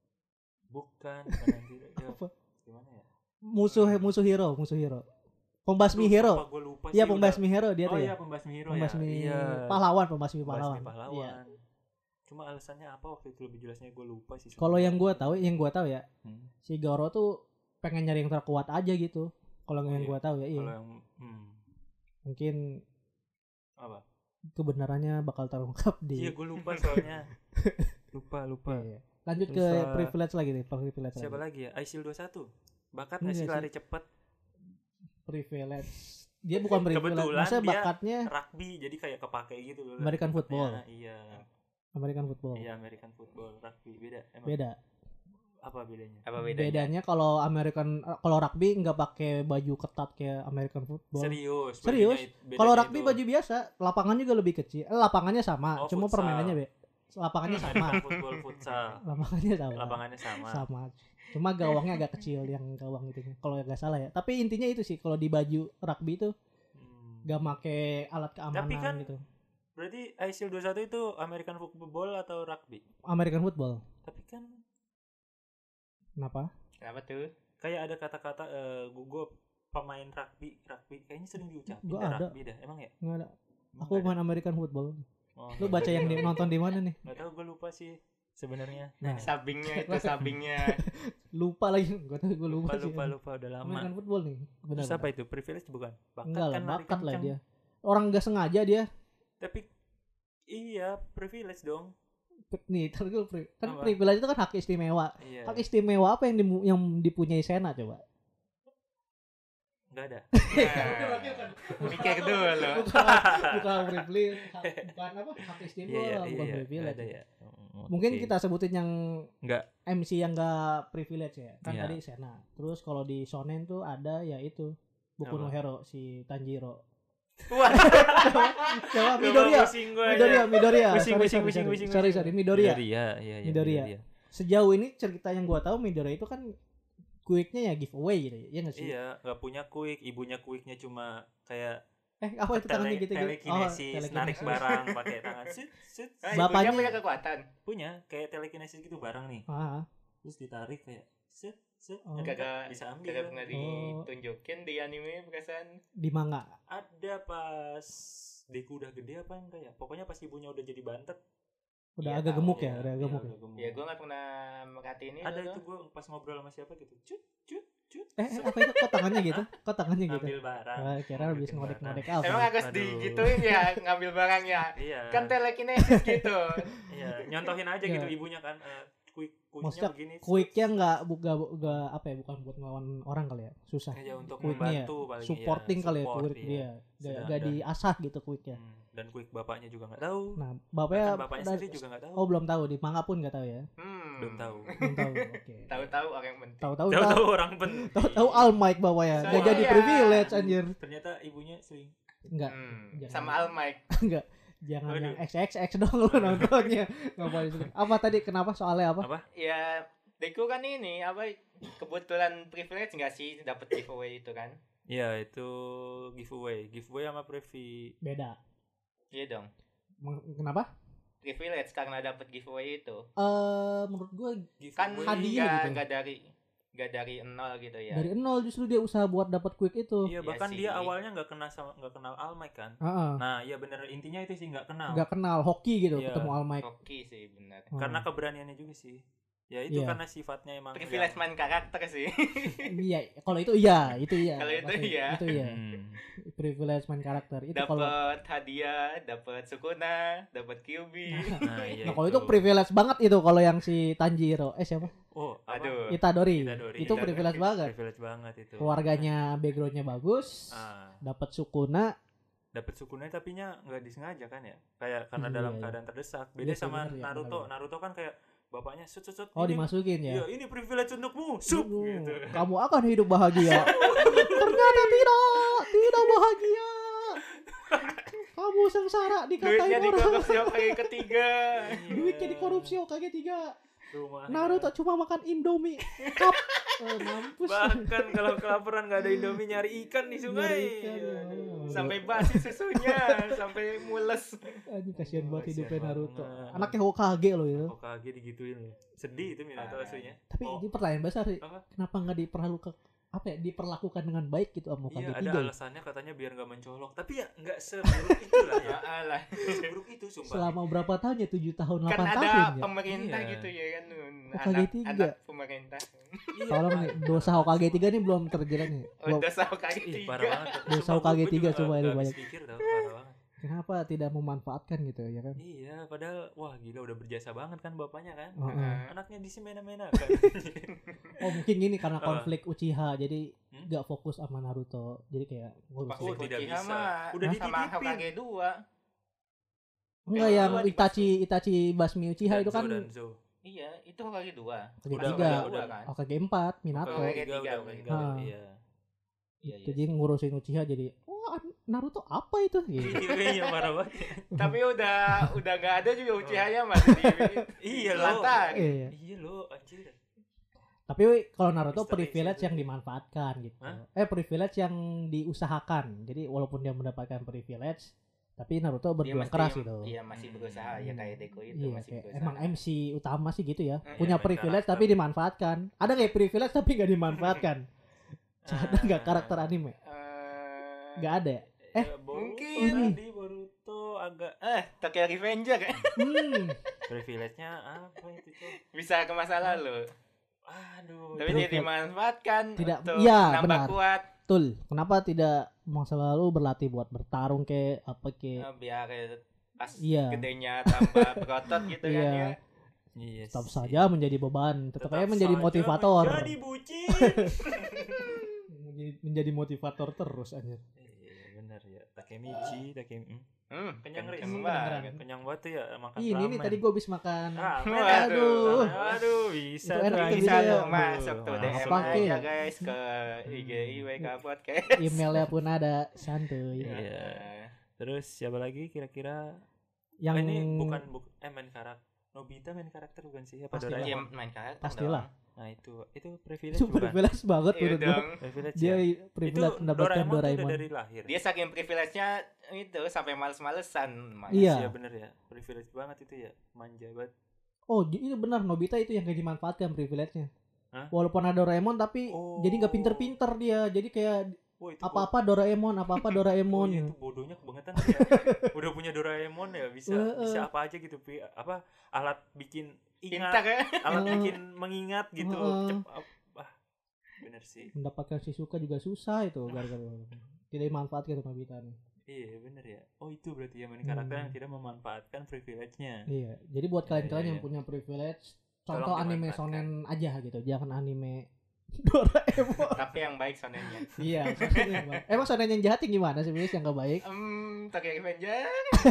Bukan, bukan anjir. Ya, Apa? gimana ya? Musuh musuh hero, musuh hero. Pembasmi Aduh, hero. sumpah gua lupa Iya, sih, pembasmi udah- hero dia Oh tuh iya, ya. pembasmi hero Pembasmi ya. Iya. pahlawan, pembasmi Pembasmi pahlawan. pahlawan. Iya. Cuma alasannya apa waktu itu lebih jelasnya gue lupa sih. Kalau sebenarnya. yang gua tahu, yang gua tahu ya, Hmm. si Goro tuh pengen nyari yang terkuat aja gitu. Kalau Oh, yang iya. gua tahu ya, iya. Kalau yang hmm, Mungkin apa? kebenarannya bakal terungkap di. Iya, gue lupa soalnya. lupa, lupa. Iya. Lanjut Terus, ke uh, privilege lagi nih, privilege Siapa lagi. lagi ya? Aisil dua puluh satu. Bakat Enggak nggak sih sih. lari cepet? Privilege. Dia bukan privilege. Kebetulan Maksudnya dia bakatnya rugby, jadi kayak kepake gitu loh. American cepetnya. football. Iya. American football. Iya, American football, rugby beda. Emang Beda. apa bedanya? Apa bedanya? Bedanya kalau American kalau rugby nggak pakai baju ketat kayak American football. Serius. Serius? bedanya it- bedanya Kalau rugby itu. baju biasa, lapangan juga lebih kecil. Eh, lapangannya sama, Oh, cuma futsal. permainannya be. Lapangannya sama. American football futsal. Lapangannya sama. Lapangannya sama. Sama. Cuma gawangnya agak kecil yang gawang itu. Kalau nggak salah ya. Tapi intinya itu sih kalau di baju rugby itu Hmm. nggak make alat keamanan Tapi kan- gitu. Berarti Aisil dua puluh satu itu American football atau rugby? American football. Tapi kan Kenapa? Kenapa tuh? kayak ada kata-kata eh gue pemain rugby, rugby kayaknya sering diucapin Gua dah ada. rugby dah. Emang ya? Nggak ada. Emang Aku nggak ada? main American football. Oh, Lu baca yang di, nonton di mana nih? nggak tahu, gue lupa sih sebenarnya. Nah, Sabingnya itu sabingnya. lupa lagi. Gua tahu gue lupa, lupa sih. lupa lupa udah lama. American football nih. Benar. Terus apa itu? Privilege bukan? Bakat Enggak lah, kan lari bakat lah kencang. dia. Orang nggak sengaja dia. Tapi iya, privilege dong. Nih, ntar gue pri- kan Apa? privilege itu kan hak istimewa. Iya. Hak istimewa apa yang dimu- yang dipunyai Sena coba? Enggak ada. Nah, mikir dulu. bukan, bukan privilege, hak- bukan apa? Hak istimewa, Iya, iya, bukan iya, privilege. nggak ada ya. Oh, Mungkin oke. kita sebutin yang Nggak. M C yang enggak privilege ya. Kan Iya. tadi Sena. Terus kalau di shonen tuh ada ya itu Boku no Apa? Hero si Tanjiro. Wah, Coba Midoriya. Pusing gue Midoriya, Midoriya. Pusing, Sorry, pusing, sorry, pusing, sorry. pusing, Sorry, pusing. sorry, Midoriya. Midoriya, iya, iya. Midoriya. Sejauh ini cerita yang gua tahu Midoriya itu kan quicknya ya giveaway gitu ya. Iya enggak sih? Iya, nggak punya quick, ibunya quicknya cuma kayak Eh, apa itu tangannya tele- gitu gitu? telekinesis, narik barang pakai tangan. Sit, sit. ah, Bapaknya- ibunya punya kekuatan. Punya kayak telekinesis gitu barang nih. Ah, Terus ditarik kayak sit, sit. Oh. Nyangka Kagak bisa ambil. kagak pernah Oh. ditunjukin di anime perasaan. di manga. Ada pas Deku udah gede apa enggak ya? Pokoknya pas ibunya udah jadi bantet. Udah Iya, agak tahu, gemuk Iya, ya, udah iya, gemuk. udah Ya. gemuk. Ya gue nggak pernah merhatiin itu. Ada tuh. itu gue pas ngobrol sama siapa gitu. Cut, cut. Eh, eh, apa itu? Kok tangannya gitu? Kok tangannya gitu? Ngambil barang. Wah, kira habis Ngambil ngodek-ngodek barang. apa? Emang harus Aduh. digituin ya ngambil barangnya. Iya. Kan telekinesis gitu. Iya, nyontohin aja Iya. gitu ibunya kan. eh, quick quicknya Maksudnya begini. Quicknya nggak buka buka apa ya? Bukan buat ngelawan orang kali ya. Susah. Ya untuk Quicknya ya, membantu paling supporting iya, kali ya support, quick iya. dia. Gak, Sedang- gak dan- diasah gitu quicknya. Hmm, dan quick bapaknya juga nggak tahu. Nah, bapaknya Bahkan bapaknya dan- sendiri juga nggak tahu. oh belum tahu di manga pun nggak tahu ya. Hmm. Belum tahu. Belum tahu. Oke. Tahu-tahu orang penting. Tahu-tahu Tahu-tahu tahu orang penting. tahu All Mic bapaknya. Gak Saya- jadi privilege anjir. Ternyata ibunya sling. Enggak. Hmm. Jangan. Sama Al Mike. Enggak. Jangan Waduh. yang X X X dong lu nontonnya. Ngapain sih? Apa tadi kenapa soalnya apa? Apa? Ya, Deku kan ini apa kebetulan privilege nggak sih dapat giveaway itu kan? Iya, itu giveaway. Giveaway sama preview. Beda. Iya dong. Meng- Kenapa? Privilege karena dapat giveaway itu. Eh menurut gue Kan Giveaway. hadiah nggak gitu. nggak dari nggak dari nol gitu ya. dari nol justru dia usaha buat dapat quick itu. Iya, Iya bahkan sih. dia awalnya nggak kenal sama nggak kenal All Might kan. Heeh. Nah, iya bener intinya itu sih nggak kenal. Nggak kenal hoki gitu Iya. ketemu All Mic. Oke sih benar. Hmm. Karena keberaniannya juga sih. Ya itu Iya. karena sifatnya emang Privilege yang- main karakter sih. Iya, kalau itu iya, itu iya. Kalau itu pasti. iya. Itu iya. Hmm. Privilege main karakter. Itu kalau Dapat hadiah, dapat Sukuna, dapat Kyubi. Nah, iya Nah, kalau itu privilege banget itu kalau yang si Tanjiro. Eh siapa? Oh, apa? Aduh. Itadori. Itadori. Itu Itadori. privilege banget. Privilege banget itu. Keluarganya backgroundnya bagus. Ah, Dapat Sukuna. dapat sukunnya tapi nya nggak disengaja kan ya? Kayak karena Iya, dalam iya. keadaan terdesak. Beda Iya sih, sama bener ya, Naruto. bener. Naruto kan kayak bapaknya sut sut sut. Oh, ini- dimasukin ya. Iya, ini privilege untukmu. Sup Uh, gitu. Kamu akan hidup bahagia. Ternyata tidak, tidak bahagia. Kamu sengsara dikatain Duitnya orang. dikorupsi kali ketiga. Duitnya dikorupsi Hokage tiga. Rumah. Naruto cuma makan Indomie. Cup. Eh, mampus. Bahkan kalau kelaparan nggak ada Indomie nyari ikan di sungai. Nyari ikan, ya. Aduh. Sampai basi susunya, sampai mules. Anjing kasihan banget Kasihan hidupnya Naruto. banget. Anaknya Hokage loh itu. Hokage digituin loh. Sedih itu Minato Parah. aslinya. Tapi Oh, ini pertanyaan besar sih. apa? Kenapa nggak diperlakukan apa ya diperlakukan dengan baik gitu sama Hokage Iya, ada tiga? ya? alasannya katanya biar nggak mencolok. Tapi ya nggak seburuk itu lah ya. Ya alah. Nggak seburuk itu sumpah. Selama berapa tahun ya? tujuh tahun, Kan delapan ada tahun ya? pemerintah Iya. gitu ya kan. Hokage Anak, tiga. anak pemerintah. Iya. Tolong nih, dosa Hokage tiga nih belum terjerat nih. Belum- Udah sama kali Ih, tiga. parah banget. Dosa Sumpah, Hokage gua tiga juga coba nggak- ini nggak banyak. habis pikir tau, parah banget. Kenapa tidak memanfaatkan gitu ya kan? Iya, padahal wah gila udah berjasa banget kan bapaknya kan. Heeh. Anaknya disemena-mena kan. Oh mungkin gini karena Heeh. konflik Uchiha jadi Hmm? nggak fokus sama Naruto. Jadi kayak Pas ngurusin. Oh, tidak Uchiha bisa. mah Udah sama dititipin. Hokage dua. Enggak Eh, yang dua di Itachi Itachi Basmi Uchiha itu Danzo, kan Danzo. Iya, itu Hokage dua. Hokage Udah, tiga, udah, udah. kan. Hokage empat, Minato. Hokage tiga tiga, udah Hokage meninggal, tiga. iya. Iya, Itu iya. jadi ngurusin Uchiha jadi oh Naruto apa itu? Gitu. Iya, parah banget. Tapi udah udah nggak ada juga Uchiha-nya mas. Di- Iya loh. Lantar. Iya. Iya loh, anjir. Tapi kalau Naruto Mister X privilege itu. yang dimanfaatkan gitu. Hah? Eh privilege yang diusahakan. Jadi walaupun dia mendapatkan privilege, tapi Naruto Dia berjuang mesti- keras gitu. Iya masih berusaha ya kayak Deku itu Iya, masih kayak berusaha. emang M C utama sih gitu ya. Mm, Punya iya, main privilege karakter. tapi dimanfaatkan. Ada kayak privilege tapi nggak dimanfaatkan. Ada nggak Ah. karakter anime? Eh, Nggak ada. ya? Eh, mungkin. tadi Boruto agak Eh, Tokyo Revenger Hmm. privilege-nya apa itu, Cok? bisa ke masa lalu. Aduh. Tapi Itu dia kayak- dimanfaatkan Tidak- untuk iya, nambah benar. kuat. Betul. Kenapa tidak masa lalu berlatih buat bertarung kayak apa kayak Eh, biar pas Iya. gedenya tambah berotot gitu kan Iya. ya. Iya tetap sih. saja menjadi beban, tetap, aja menjadi saja motivator. Menjadi bucin. Menjadi, menjadi motivator terus anjir. Iya, benar ya. Takemichi, Takemi. Hmm, Kenyang, Riz. kenceng Kenyang. banget. Kenyang banget tuh ya makan Ini nih ramen. tadi gue habis makan. Ramen. Aduh. Aduh, bisa Itu enak tuh. tuh Bisa video. tuh masuk tuh D M Apa, Ki? aja guys ke I G I W K Podcast. Emailnya pun ada santuy. Iya. Eh, Terus siapa lagi kira-kira? Yang Oh, ini bukan buk eh main karakter. Nobita main karakter bukan sih? Apa Pastilah. Dia Doraemon? main karakter Pastilah. dong. Nah, itu itu privilege itu bukan? privilege banget Iya menurut gue. dong. Privilege Dia ya? privilege Itu mendapatkan Doraemon, tuh Doraemon. udah dari lahir. Dia saking privilege-nya itu sampai males-malesan. Mas. Iya. Iya bener ya. Privilege banget itu ya. Manja banget. Oh, j- itu benar Nobita itu yang kayak dimanfaatkan privilege-nya. Hah? Walaupun ada Doraemon tapi Oh. jadi nggak pinter-pinter dia. Jadi kayak Wah, itu apa-apa Doraemon, apa-apa bo- Doraemon. oh, iya, itu bodohnya kebangetan ya. Udah punya Doraemon ya bisa Heeh. bisa apa aja gitu. Pi. Apa alat bikin Pintar ingat, ya. alat Heeh. bikin mengingat gitu. Heeh. Cep- ah, Bener sih. Mendapatkan Shizuka juga susah itu gara-gara tidak dimanfaatkan sama Bita nih. Iya bener ya. Oh itu berarti ya main karakter Hmm. yang tidak memanfaatkan privilege-nya. Iya, jadi buat Iya, kalian-kalian iya, yang iya. punya privilege, Tolong contoh anime dimanfaatkan. shonen aja gitu, jangan anime Doraemon. Tapi yang baik sonennya. Iya, shonen yang baik. Emang shonen yang jahat yang gimana sih, Bis, yang gak baik? Hmm, Tokyo Revenger.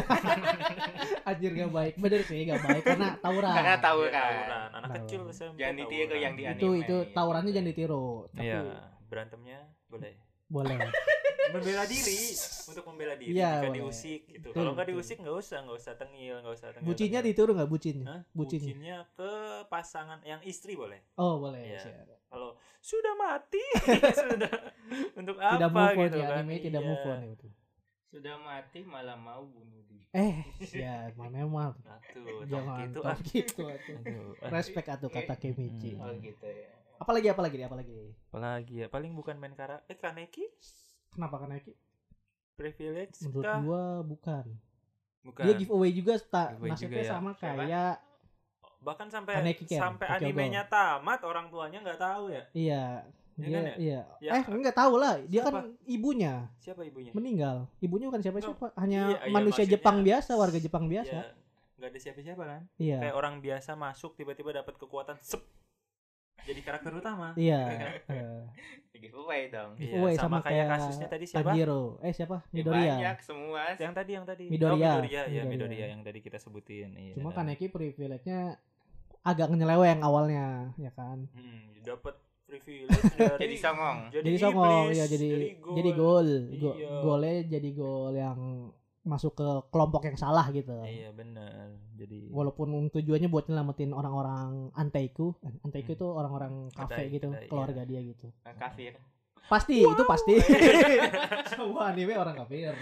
Anjir gak baik, bener sih gak baik karena tawuran. Karena Iya, tawuran. tawuran. Anak Tawuran. kecil S M P Jangan ditiru tawuran. yang di anime. Itu itu ya. tawurannya jangan ditiru, tapi Iya, berantemnya boleh. boleh. Membela diri untuk membela diri Iya, jika boleh. diusik gitu. Betul, Kalau nggak betul. diusik nggak usah, nggak usah tengil, nggak usah tengil. Bucinnya tengil. ditiru nggak bucinnya? Hah? Bucinnya. Bucinnya ke pasangan yang istri boleh. Oh boleh. Iya. siap. Kalau sudah mati sudah untuk apa Tidak move on gitu ya, kan? anime tidak Iya. move on ya betul. Sudah mati malah mau bunuh diri. Eh, ya mana mal. Nah, tuh, Jangan gitu tak ah. gitu atuh. Aduh, ah. Respect atuh kata Kemichi. Hmm. Oh gitu ya. Apalagi apalagi nih, apalagi. Apalagi ya, paling bukan main karakter. Eh Kaneki Kenapa kan Eki? privilege Menurut kah? gua bukan. Bukan. Dia giveaway juga tak Giveaway nasibnya juga ya. sama Siapa? kayak Bahkan sampai Kaneki Ken, sampai Tokyo animenya tamat orang tuanya nggak tahu ya. iya. Iya Dia, kan ya? iya. Ya. Eh, enggak tahu lah. Dia Siapa? kan ibunya Siapa ibunya? meninggal. Ibunya bukan siapa-siapa, hanya Iya, iya, manusia maksudnya- Jepang biasa, warga Jepang Ya, biasa. nggak ada siapa-siapa kan? Iya. Kayak orang biasa masuk tiba-tiba dapat kekuatan sep. Jadi karakter utama. Iya. Gitu kan? eh, Giveaway dong. Iya, giveaway sama, sama, kayak kasusnya tadi siapa? Tanjiro. Eh siapa? Ya, Midoriya. banyak semua. Yang tadi yang tadi. Midoriya. Oh, Midoriya, ya Midoriya. Midoriya yang tadi kita sebutin. Iya. Cuma Kaneki privilege-nya agak nyeleweng awalnya, ya kan? Hmm, dapat privilege dari Jadi songong. Jadi, Jadi songong, iblis, ya jadi gol. jadi gol. Go- Iya. Golnya jadi gol yang masuk ke kelompok yang salah gitu. Iya benar. Jadi Walaupun tujuannya buat nyelamatin orang-orang Anteiku. Anteiku Hmm. itu orang-orang kafe Kedai, gitu, kedai, keluarga dia gitu. Nah, kafir. Pasti, itu pasti. Semua anime orang kafir.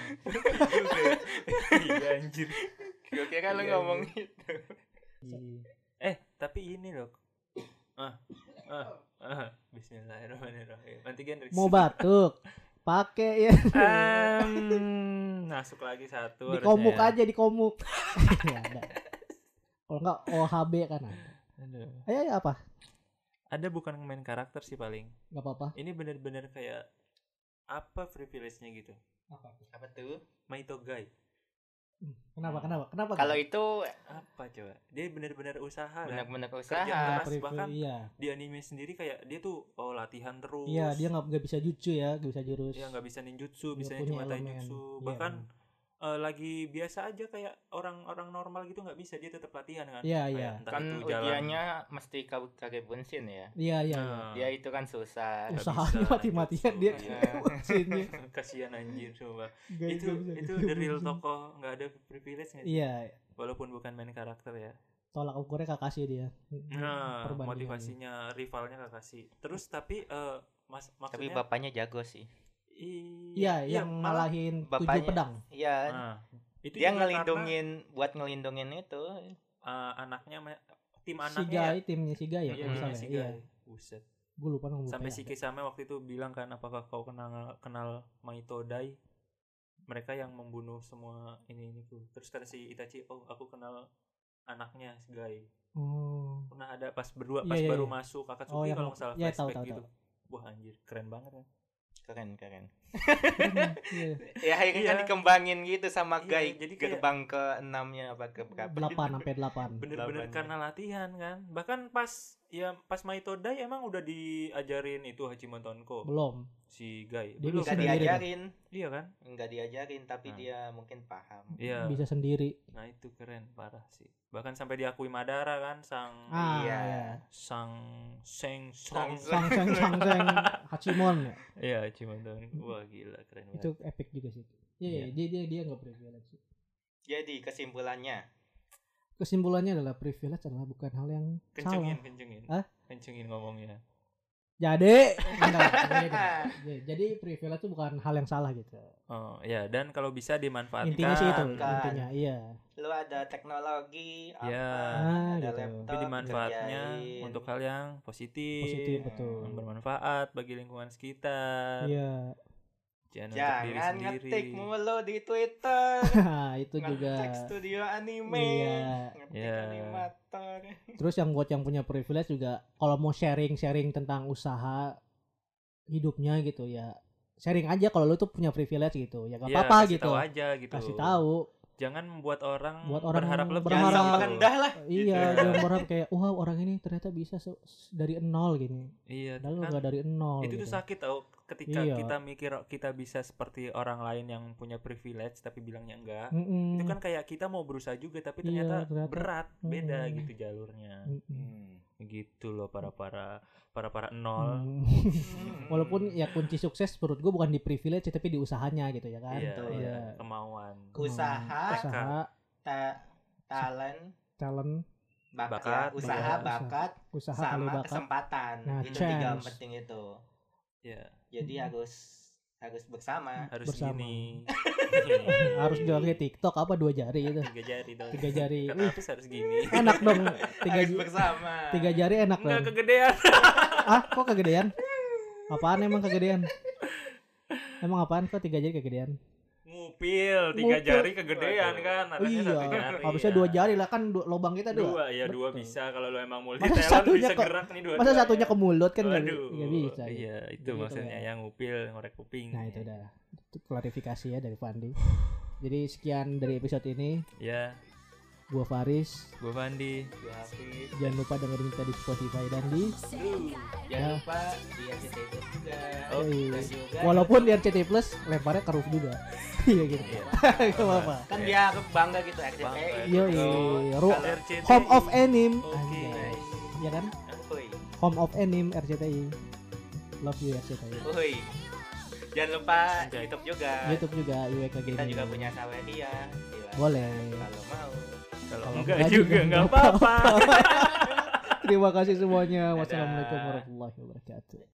iya anjir. Gue kira lu Iya, ngomong iya. gitu. Eh, tapi ini loh. Ah, ah, ah. Bismillahirrahmanirrahim. Nanti Gendrix. Mau batuk, pakai ya. Em, masuk lagi satu. Di harusnya komuk ya. aja di komuk. Ya, ada. Kalau enggak O H B kan ada. Aduh. Ayo ya apa? Ada bukan main karakter sih paling. Enggak apa-apa. Ini benar-benar kayak apa privilege-nya gitu. Apa? Apa tuh? Maito Guy. Kenapa? Kenapa? Kenapa? Kalau itu Apa coba? Dia benar-benar usaha kan. benar-benar Kerja usaha. keras. Privilege, bahkan iya. Di anime sendiri kayak dia tuh oh latihan terus. Iya, dia nggak nggak bisa jutsu ya, nggak bisa jurus. Dia nggak bisa ninjutsu, Dia bisa punya cuma elemen. taijutsu. Iya. Bahkan eh, lagi biasa aja kayak orang-orang normal gitu nggak bisa, dia tetap latihan kan. Iya, Kayak iya. entah Kan itu jalan. ujiannya mesti kage kage bunshin ya. Iya, iya. iya. Nah, Dia itu kan susah. Nggak Usahanya bisa, mati-matian jutsu. dia Iya. sini. kasihan anjir coba. Nggak- itu nggak bisa itu gitu. the real tokoh nggak ada privilege nggak sih? Iya, Walaupun bukan main karakter ya. tolak ukurnya Kakashi dia. Nah, Perbandingannya. motivasinya rivalnya Kakashi. Terus tapi eh, mas Tapi maksudnya bapaknya jago sih. Iya, yang malah ngalahin tujuh Bapaknya- pedang. Iya. nah, itu Dia juga ngelindungin buat ngelindungin itu. karena, eh, anaknya ma- tim Si anaknya Gai, ya. timnya si Gai ya, Iya, kalau timnya salah si ya. Iya. Gai. Buset. Gue lupa nama Sampai bapaknya. si Kisame waktu itu bilang kan, apakah kau kenal kenal Maito Dai? Mereka yang membunuh semua ini ini tuh. Terus kata si Itachi, oh aku kenal anaknya si Gai. Oh. Pernah ada pas berdua Iya, pas iya, baru iya. masuk Akatsuki Oh, yang- kalau nggak salah iya, tahu, flashback tahu, gitu. Wah anjir, keren banget kan. Keren keren. Iya. Ya akhirnya Iya. kan dikembangin gitu sama Iya, Gai. jadi kayak- Gerbang ke enamnya apa ke berapa? delapan sampai delapan. Bener-bener Delapan, karena latihan kan. Bahkan pas ya pas Maito Dai emang udah diajarin itu Hachimon Tonko Belum. si Gai. Dia Belum bisa Enggak kan? sendiri. diajarin. Iya kan? Enggak diajarin tapi Nah. dia mungkin paham. Iya. Bisa sendiri. Nah itu keren parah sih. Bahkan sampai diakui Madara kan sang Ah, Iya. iya. sang Seng Song. Sang Seng Sang Seng Hachimon ya. Iya Hachimon Tonko. Wah gila keren banget. Itu epic juga sih. Iya, Iya. iya, dia dia dia enggak privilege sih. Jadi kesimpulannya Kesimpulannya adalah privilege adalah bukan hal yang Kencengin, salah. kencengin. Hah? Kencengin ngomongnya. Jadi, enggak, jadi, jadi privilege itu bukan hal yang salah gitu. Oh ya, dan kalau bisa dimanfaatkan. Intinya sih itu, kan. intinya iya. lu ada teknologi apa, Ya. Ah, ada gitu. laptop, Tapi dimanfaatnya kerjain. untuk hal yang positif, Positif betul. yang bermanfaat bagi lingkungan sekitar. Iya. Jangan, untuk diri Jangan sendiri. ngetik mulu di Twitter. Nah, itu juga. Ngetik studio anime. Iya. Ngetik Iya. animator. Terus yang buat yang punya privilege juga kalau mau sharing-sharing tentang usaha hidupnya gitu ya. Sharing aja kalau lu tuh punya privilege gitu. Ya gak Ya, apa-apa kasih gitu. tahu aja gitu. Kasih tahu. Jangan membuat orang, Buat orang berharap lebih. berharap. Jangan gitu. merendah lah. Iya, Gitu. jangan berharap kayak wah orang ini ternyata bisa se- dari nol gini. Iya, Padahal kan enggak dari nol. itu gitu. tuh sakit tau ketika Iya. kita mikir kita bisa seperti orang lain yang punya privilege tapi bilangnya enggak. Mm-mm. Itu kan kayak kita mau berusaha juga tapi Iya, ternyata, ternyata. berat, beda Mm. gitu jalurnya. Mm-mm. Hmm. Gitu loh para para para para nol. Hmm. Walaupun ya kunci sukses menurut gue bukan di privilege tapi di usahanya gitu ya kan. Iya, Betul. iya, Iya. kemauan. Usaha, Usaha, ta- talent, talent, bakat, Bakat, ya. usaha, bakat. bakat, usaha kali sama bakat. kesempatan. Nah, itu tiga yang chance. penting itu. Ya, Jadi Hmm. harus harus bersama. harus Bersama. gini. Harus jual kayak TikTok apa dua jari itu. Tiga jari dong. Tiga jari. Kata Wih, Hafiz harus gini. enak dong. Tiga harus j- bersama. tiga jari enak Enggak dong. kegedean. Ah, kok kegedean? Apaan emang kegedean? Emang apaan kok tiga jari kegedean? Ngupil, tiga Ngupil. jari kegedean Waduh. kan. Oh Harusnya satu iya, jari, habisnya ya. dua jari lah kan du- lubang kita dua. Dua ya, dua Betul. bisa kalau lo emang multi Masa talent satunya bisa kok- gerak nih dua. Masa satunya ke mulut kan nggak Waduh. nggak bisa. gitu. Iya, itu Jadi itu maksudnya ya. yang ngupil, ngorek kuping. Nah itu udah itu klarifikasi ya dari Fandi. Jadi sekian dari episode ini. Ya, Gua Faris. gua Fandi. Gua Hafiz. Jangan lupa dengerin kita di Spotify dan di Jangan Ya. lupa di R C T I juga. Oh, Yoi. Dan juga Walaupun di R C T I Plus lemparnya ke roof juga. Iya gitu. Iya. Gak apa-apa. kan biar bangga gitu R C T I. Bangga. Yoi. Ru- Kalau R C T I. Home of Anime. Oke. Anjay. Iya kan? Woi. Home of Anime R C T I. Love you R C T I. Woi. Jangan lupa Anjay. YouTube juga. YouTube juga I W K Gaming. Kita juga punya Saweria. Silakan Boleh. Kalau mau. Kalau Kalau enggak enggak juga juga enggak nggak apa-apa. Terima kasih semuanya. Dadah. Wassalamualaikum warahmatullahi wabarakatuh.